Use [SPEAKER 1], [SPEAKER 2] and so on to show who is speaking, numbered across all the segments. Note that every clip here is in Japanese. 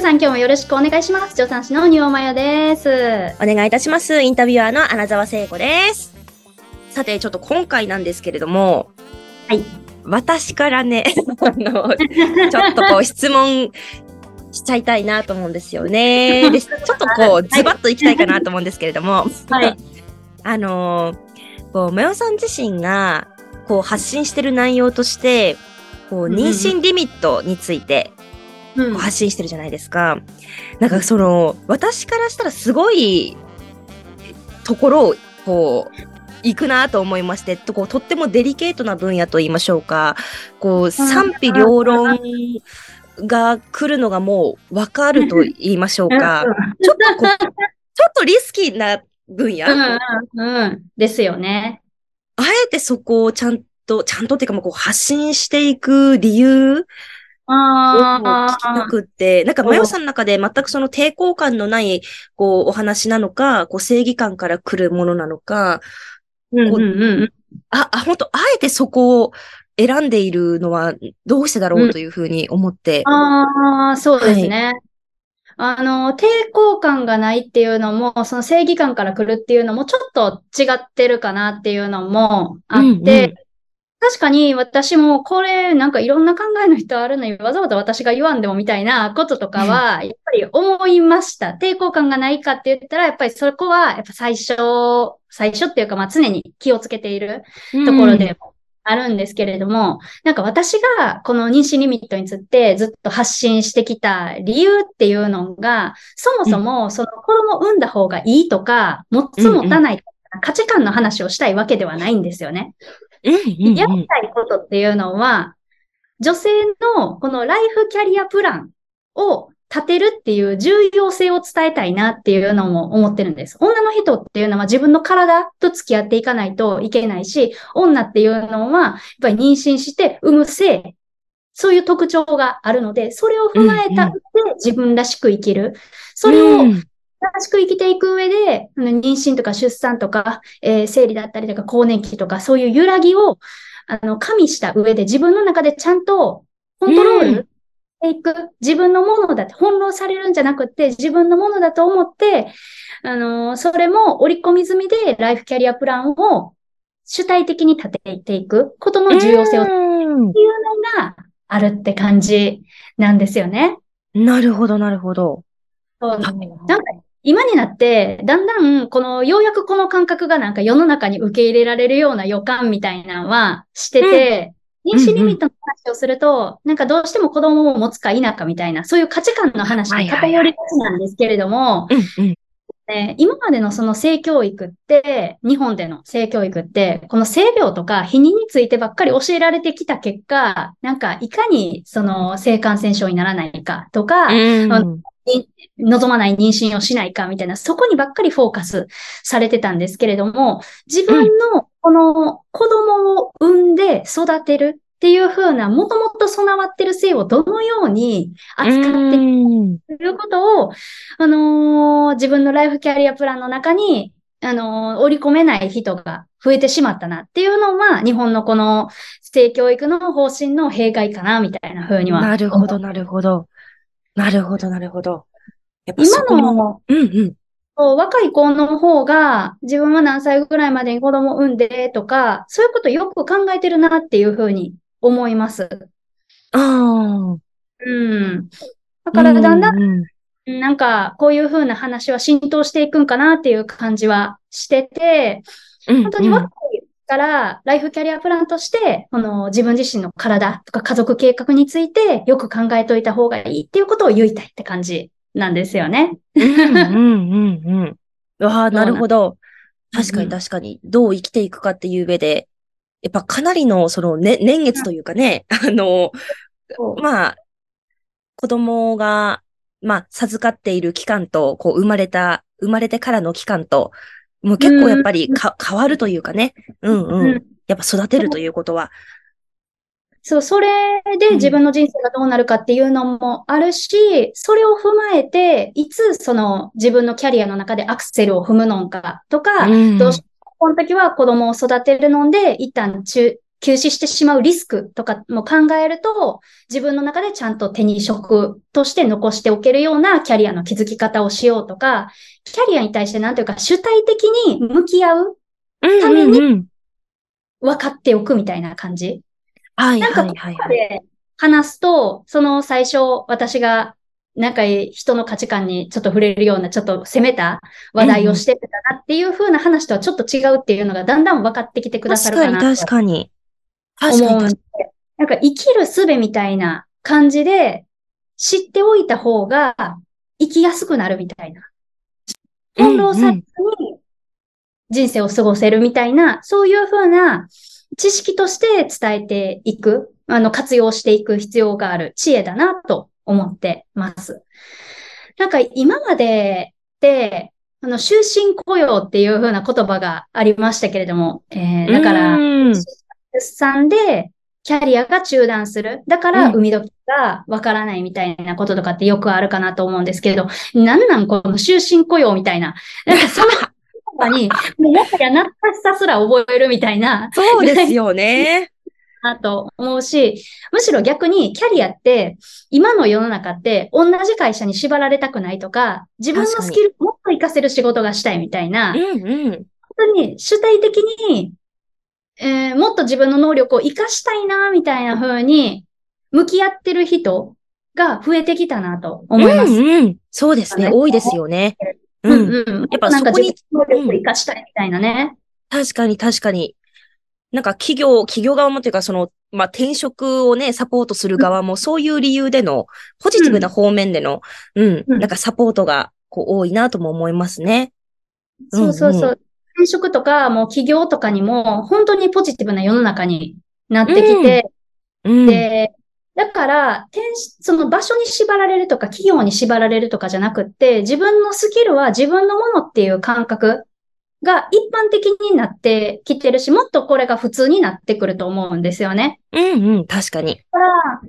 [SPEAKER 1] さん今日もよろしくお願いします。助産師の仁尾真代です。
[SPEAKER 2] お願いいたします。インタビュアーの穴澤聖子です。さて、ちょっと今回なんですけれども、
[SPEAKER 1] はい。
[SPEAKER 2] 私からね、ちょっとこう質問しちゃいたいなと思うんですよね。で、ちょっとこうズバッといきたいかなと思うんですけれども、
[SPEAKER 1] はい。
[SPEAKER 2] こう、真代さん自身がこう発信してる内容として、こう妊娠リミットについて、こう発信してるじゃないですか。なんか私からしたらすごいところをこう行くなと思いまして、こうとってもデリケートな分野と言いましょうか、こう賛否両論が来るのがもう分かると言いましょうか、ちょっとリスキーな分野、
[SPEAKER 1] ですよね。
[SPEAKER 2] あえてそこをちゃんとっていうか、もうこう発信していく理由を聞きたくって、なんか、真代さんの中で全くその抵抗感のない、こう、お話なのか、こう、正義感から来るものなのか、本当あえてそこを選んでいるのはどうしてだろうというふうに思って。
[SPEAKER 1] そうですね。抵抗感がないっていうのも、その正義感から来るっていうのもちょっと違ってるかなっていうのもあって、確かに私もこれなんかいろんな考えの人あるのにわざわざ私が言わんでもみたいなこととかはやっぱり思いました。抵抗感がないかって言ったらやっぱりそこはやっぱ最初っていうかまあ常に気をつけているところでもあるんですけれども、なんか私がこの妊娠リミットについてずっと発信してきた理由っていうのが、そもそもその子供を産んだ方がいいとか、持つ持たないとか価値観の話をしたいわけではないんですよね。やりたいことっていうのは、女性のこのライフキャリアプランを立てるっていう重要性を伝えたいなっていうのも思ってるんです。女の人っていうのは自分の体と付き合っていかないといけないし、女っていうのはやっぱり妊娠して産む性、そういう特徴があるので、それを踏まえた上で自分らしく生きる。それを正しく生きていく上で、妊娠とか出産とか、生理だったりとか更年期とか、そういう揺らぎを、加味した上で自分の中でちゃんとコントロールしていく。自分のものだって、翻弄されるんじゃなくて、自分のものだと思って、それも織り込み済みでライフキャリアプランを主体的に立てていくことの重要性をっていうのがあるって感じなんですよね。
[SPEAKER 2] なるほど、なるほど。
[SPEAKER 1] なんか今になって、だんだん、ようやくこの感覚がなんか世の中に受け入れられるような予感みたいなのはしてて、妊娠リミットの話をすると、なんかどうしても子供を持つか否かみたいな、そういう価値観の話に偏りがちなんですけれども、今までのその性教育って、日本での性教育って、この性病とか避妊についてばっかり教えられてきた結果、なんかいかにその性感染症にならないかとか、望まない妊娠をしないかみたいな、そこにばっかりフォーカスされてたんですけれども、自分のこの子供を産んで育てるっていう風な、もともと備わってる性をどのように扱っていくということを、自分のライフキャリアプランの中に、織り込めない人が増えてしまったなっていうのは、日本のこの性教育の方針の弊害かな、みたいな風には。
[SPEAKER 2] なるほど、なるほど。なるほど、なるほど。
[SPEAKER 1] 今の、若い子の方が、自分は何歳ぐらいまでに子供を産んでとか、そういうことよく考えてるなっていうふうに思います。だからだんだん、なんか、こういうふうな話は浸透していくんかなっていう感じはしてて、本当に若いからライフキャリアプランとして、自分自身の体とか家族計画についてよく考えといた方がいいっていうことを言いたいって感じなんですよね。
[SPEAKER 2] なるほど。確かに確かに。どう生きていくかっていう上で、やっぱかなりの年月というかね、まあ、子供が、授かっている期間と、こう生まれてからの期間と、もう結構やっぱり変わるというかね。やっぱ育てるということは。
[SPEAKER 1] そう、それで自分の人生がどうなるかっていうのもあるし、それを踏まえて、いつ自分のキャリアの中でアクセルを踏むのかとか、どうしてこの時は子供を育てるので、一旦休止してしまうリスクとかも考えると、自分の中でちゃんと手に職として残しておけるようなキャリアの築き方をしようとか、キャリアに対してなんというか主体的に向き合うために分かっておくみたいな感じ。
[SPEAKER 2] はい
[SPEAKER 1] なんかここで話すと、その最初私がなんか人の価値観にちょっと触れるようなちょっと攻めた話題をしてたなっていう風な話とはちょっと違うっていうのがだんだん分かってきてくださるかなと
[SPEAKER 2] 確かに。
[SPEAKER 1] 思うんで、なんか生きる術みたいな感じで知っておいた方が生きやすくなるみたいな。翻弄されずに人生を過ごせるみたいな、そういう風な知識として伝えていく、活用していく必要がある知恵だなと思ってます。なんか今までって、終身雇用っていう風な言葉がありましたけれども、だから、出産でキャリアが中断する。だから産み時がわからないみたいなこととかってよくあるかなと思うんですけど、なんこの終身雇用みたいな。なんかその言葉に、もはや懐かしさすら覚えるみたいな。
[SPEAKER 2] そうですよね。
[SPEAKER 1] なと思うし、むしろ逆にキャリアって、今の世の中って同じ会社に縛られたくないとか、自分のスキルをもっと活かせる仕事がしたいみたいな、本当に主体的に、もっと自分の能力を活かしたいな、みたいな風に向き合ってる人が増えてきたなと思います。
[SPEAKER 2] そうですね。多いですよね。
[SPEAKER 1] やっぱそこに能力を活かしたいみたいなね。
[SPEAKER 2] 確かに。なんか企業側もというか、転職をね、サポートする側も、そういう理由での、ポジティブな方面での、なんかサポートが、多いなとも思いますね。
[SPEAKER 1] そう。転職とか、もう企業とかにも、本当にポジティブな世の中になってきて、で、だから、その場所に縛られるとか、企業に縛られるとかじゃなくって、自分のスキルは自分のものっていう感覚が一般的になってきてるし、もっとこれが普通になってくると思うんですよね。
[SPEAKER 2] 確かに。
[SPEAKER 1] だから、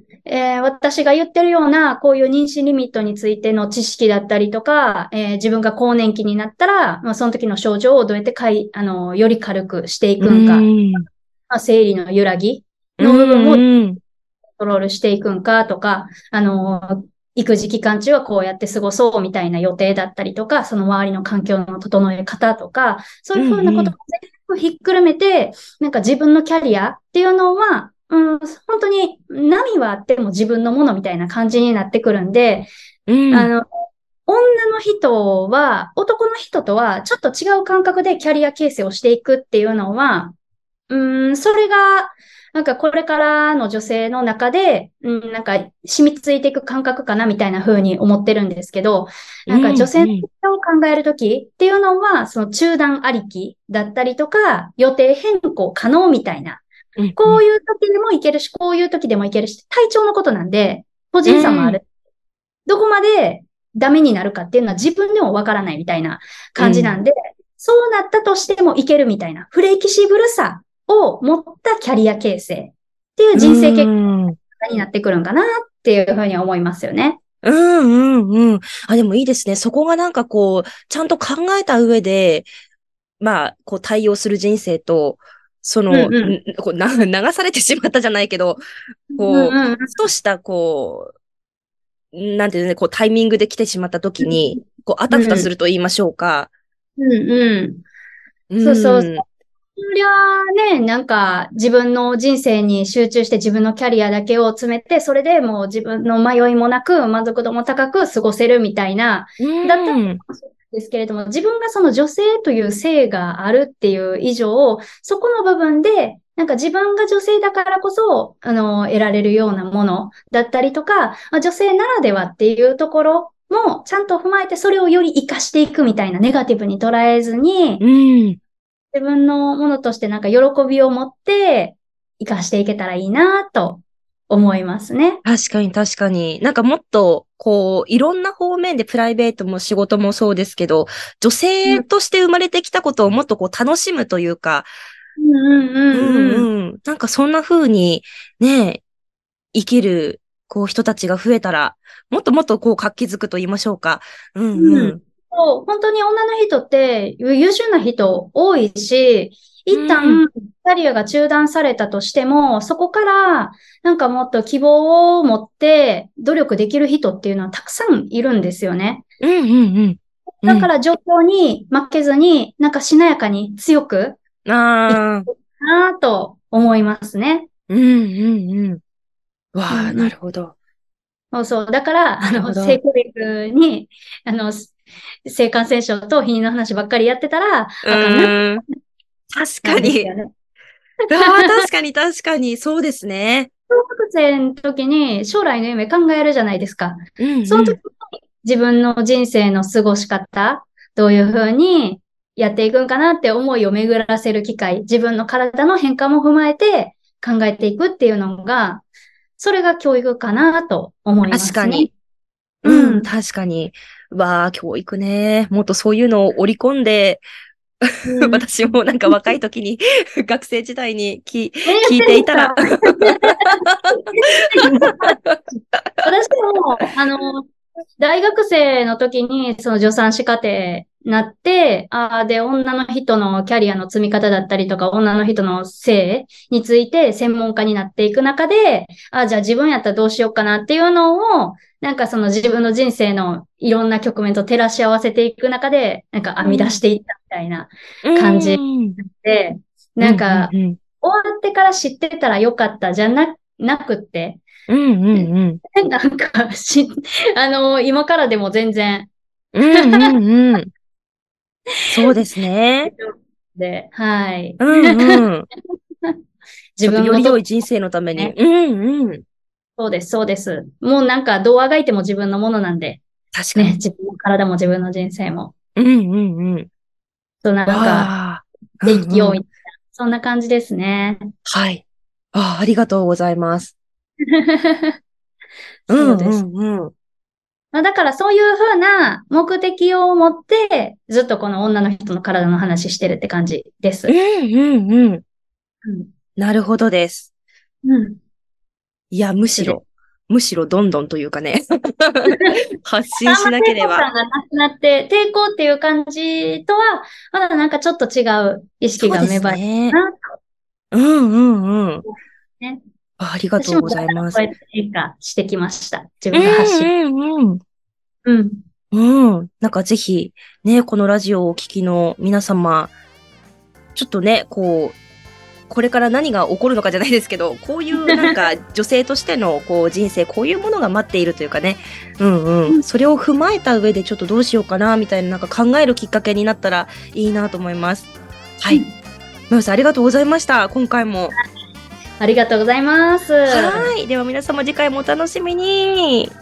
[SPEAKER 1] 私が言ってるような、こういう妊娠リミットについての知識だったりとか、自分が更年期になったら、その時の症状をどうやってより軽くしていくんか、生理の揺らぎの部分をコントロールしていくんかとか、育児期間中はこうやって過ごそうみたいな予定だったりとか、その周りの環境の整え方とか、そういうふうなことを全部ひっくるめて、なんか自分のキャリアっていうのは、本当に波はあっても自分のものみたいな感じになってくるんで、女の人は、男の人とはちょっと違う感覚でキャリア形成をしていくっていうのは、それが、なんかこれからの女性の中で、なんか染みついていく感覚かなみたいな風に思ってるんですけど、なんか女性のことを考えるときっていうのは、その中断ありきだったりとか、予定変更可能みたいな、こういう時でもいけるし、こういう時でもいけるし、体調のことなんで、個人差もある。どこまでダメになるかっていうのは自分でもわからないみたいな感じなんで、そうなったとしてもいけるみたいな、フレキシブルさを持ったキャリア形成っていう人生経験になってくるんかなっていうふうに思いますよね。
[SPEAKER 2] でもいいですね。そこがなんかちゃんと考えた上で、対応する人生と、流されてしまったじゃないけど、ふとした、なんていうね、タイミングで来てしまった時に、あたふたすると言いましょうか。
[SPEAKER 1] そう。そりゃね、なんか自分の人生に集中して自分のキャリアだけを詰めて、それでもう自分の迷いもなく満足度も高く過ごせるみたいな、だったらですけれども、自分がその女性という性があるっていう以上、そこの部分で、なんか自分が女性だからこそ、得られるようなものだったりとか、女性ならではっていうところもちゃんと踏まえてそれをより活かしていくみたいなネガティブに捉えずに、自分のものとしてなんか喜びを持って活かしていけたらいいなと思いますね。
[SPEAKER 2] 確かに。なんかもっと、いろんな方面でプライベートも仕事もそうですけど、女性として生まれてきたことをもっと楽しむというか、なんかそんな風にね、生きる、人たちが増えたら、もっともっと活気づくと言いましょうか。
[SPEAKER 1] そ本当に女の人って優秀な人多いし、一
[SPEAKER 2] うん
[SPEAKER 1] 旦キャリアが中断されたとしても、そこからなんかもっと希望を持って努力できる人っていうのはたくさんいるんですよね。
[SPEAKER 2] うんうんうん。
[SPEAKER 1] だから状況に負けずに、なんかしなやかに強くいく
[SPEAKER 2] ああ、
[SPEAKER 1] なと思いますね。
[SPEAKER 2] うんうんうん。わあ、
[SPEAKER 1] うんうん。
[SPEAKER 2] なるほど。
[SPEAKER 1] そうそう。だから、
[SPEAKER 2] なるほど。
[SPEAKER 1] 性教育に、性感染症と避妊の話ばっかりやってたら、
[SPEAKER 2] う
[SPEAKER 1] あかんな、
[SPEAKER 2] ーん。確
[SPEAKER 1] なんです
[SPEAKER 2] かに。
[SPEAKER 1] よね。
[SPEAKER 2] ああ、確かに確かに。そうですね。
[SPEAKER 1] 小学生の時に将来の夢考えるじゃないですか。
[SPEAKER 2] うん
[SPEAKER 1] その時に
[SPEAKER 2] うん。
[SPEAKER 1] 自分の人生の過ごし方、どういうふうにやっていくんかなって思いを巡らせる機会、自分の体の変化も踏まえて考えていくっていうのが、それが教育かなと思いますね。
[SPEAKER 2] 確かに。うん、
[SPEAKER 1] うん。
[SPEAKER 2] 確かに。わあ、教育ね。もっとそういうのを織り込んで、
[SPEAKER 1] うん。
[SPEAKER 2] 私もなんか若い時に学生時代に
[SPEAKER 1] 何やっ
[SPEAKER 2] 聞い
[SPEAKER 1] てるんですか？
[SPEAKER 2] ていたら
[SPEAKER 1] 私も、大学生の時に、その助産師課程なって、で、女の人のキャリアの積み方だったりとか、女の人の性について専門家になっていく中で、じゃあ自分やったらどうしようかなっていうのを、なんかその自分の人生のいろんな局面と照らし合わせていく中で、なんか編み出していったみたいな
[SPEAKER 2] う
[SPEAKER 1] 感じ
[SPEAKER 2] ん。
[SPEAKER 1] で、
[SPEAKER 2] うん、
[SPEAKER 1] なんか、
[SPEAKER 2] うん、
[SPEAKER 1] 終わってから知ってたらよかったじゃなくって、
[SPEAKER 2] うん。うん、うん、うん。
[SPEAKER 1] なんか今からでも全然
[SPEAKER 2] うん、うん、うん。そうですね。
[SPEAKER 1] で、はい。
[SPEAKER 2] うん、うん。ちょっとより良
[SPEAKER 1] 自分もと、
[SPEAKER 2] い人生のために。
[SPEAKER 1] ね。
[SPEAKER 2] うん、うん。
[SPEAKER 1] そうです、そうです。もうなんか、どうあがいても自分のものなんで、ね、
[SPEAKER 2] 確かに。
[SPEAKER 1] 自分の体も自分の人生も。
[SPEAKER 2] うん、うん、うん。
[SPEAKER 1] なんか、
[SPEAKER 2] わあ。う
[SPEAKER 1] で生き
[SPEAKER 2] ん、うん。
[SPEAKER 1] ようみたいな、そんな感じですね。
[SPEAKER 2] はい。ああ、ありがとうございます。うん、う
[SPEAKER 1] そうです。
[SPEAKER 2] ん、うん。
[SPEAKER 1] だからそういうふうな目的を持って、ずっとこの女の人の体の話してるって感じで
[SPEAKER 2] うん、
[SPEAKER 1] す。
[SPEAKER 2] うん、うん。
[SPEAKER 1] うん。
[SPEAKER 2] なるほどです。
[SPEAKER 1] うん。
[SPEAKER 2] いや、むし
[SPEAKER 1] ですで
[SPEAKER 2] ろ、むしろどんどんというかね発信し
[SPEAKER 1] あんま抵
[SPEAKER 2] なければ。
[SPEAKER 1] 抗感がなくなって、抵抗っていう感じとは、まだなんかちょっと違う意識
[SPEAKER 2] そうです
[SPEAKER 1] が芽生えた
[SPEAKER 2] ね。
[SPEAKER 1] な
[SPEAKER 2] うん、うん、うん。
[SPEAKER 1] とね。
[SPEAKER 2] ありがと
[SPEAKER 1] 私も
[SPEAKER 2] うご
[SPEAKER 1] だからこう
[SPEAKER 2] ざいます。
[SPEAKER 1] やって変化してきました。自
[SPEAKER 2] う
[SPEAKER 1] 分が発信。
[SPEAKER 2] ん、うん、うん。
[SPEAKER 1] うん。
[SPEAKER 2] うん。なんかぜひ、ね、このラジオをお聞きの皆様、ちょっとね、これから何が起こるのかじゃないですけど、こういうなんか女性としての人生、こういうものが待っているというかね、うんうん。それを踏まえた上でちょっとどうしようかな、みたいななんか考えるきっかけになったらいいなと思います。はい。まゆさんありがとうございました。今回も。
[SPEAKER 1] ありがとうございます。
[SPEAKER 2] はい。では皆様次回もお楽しみに。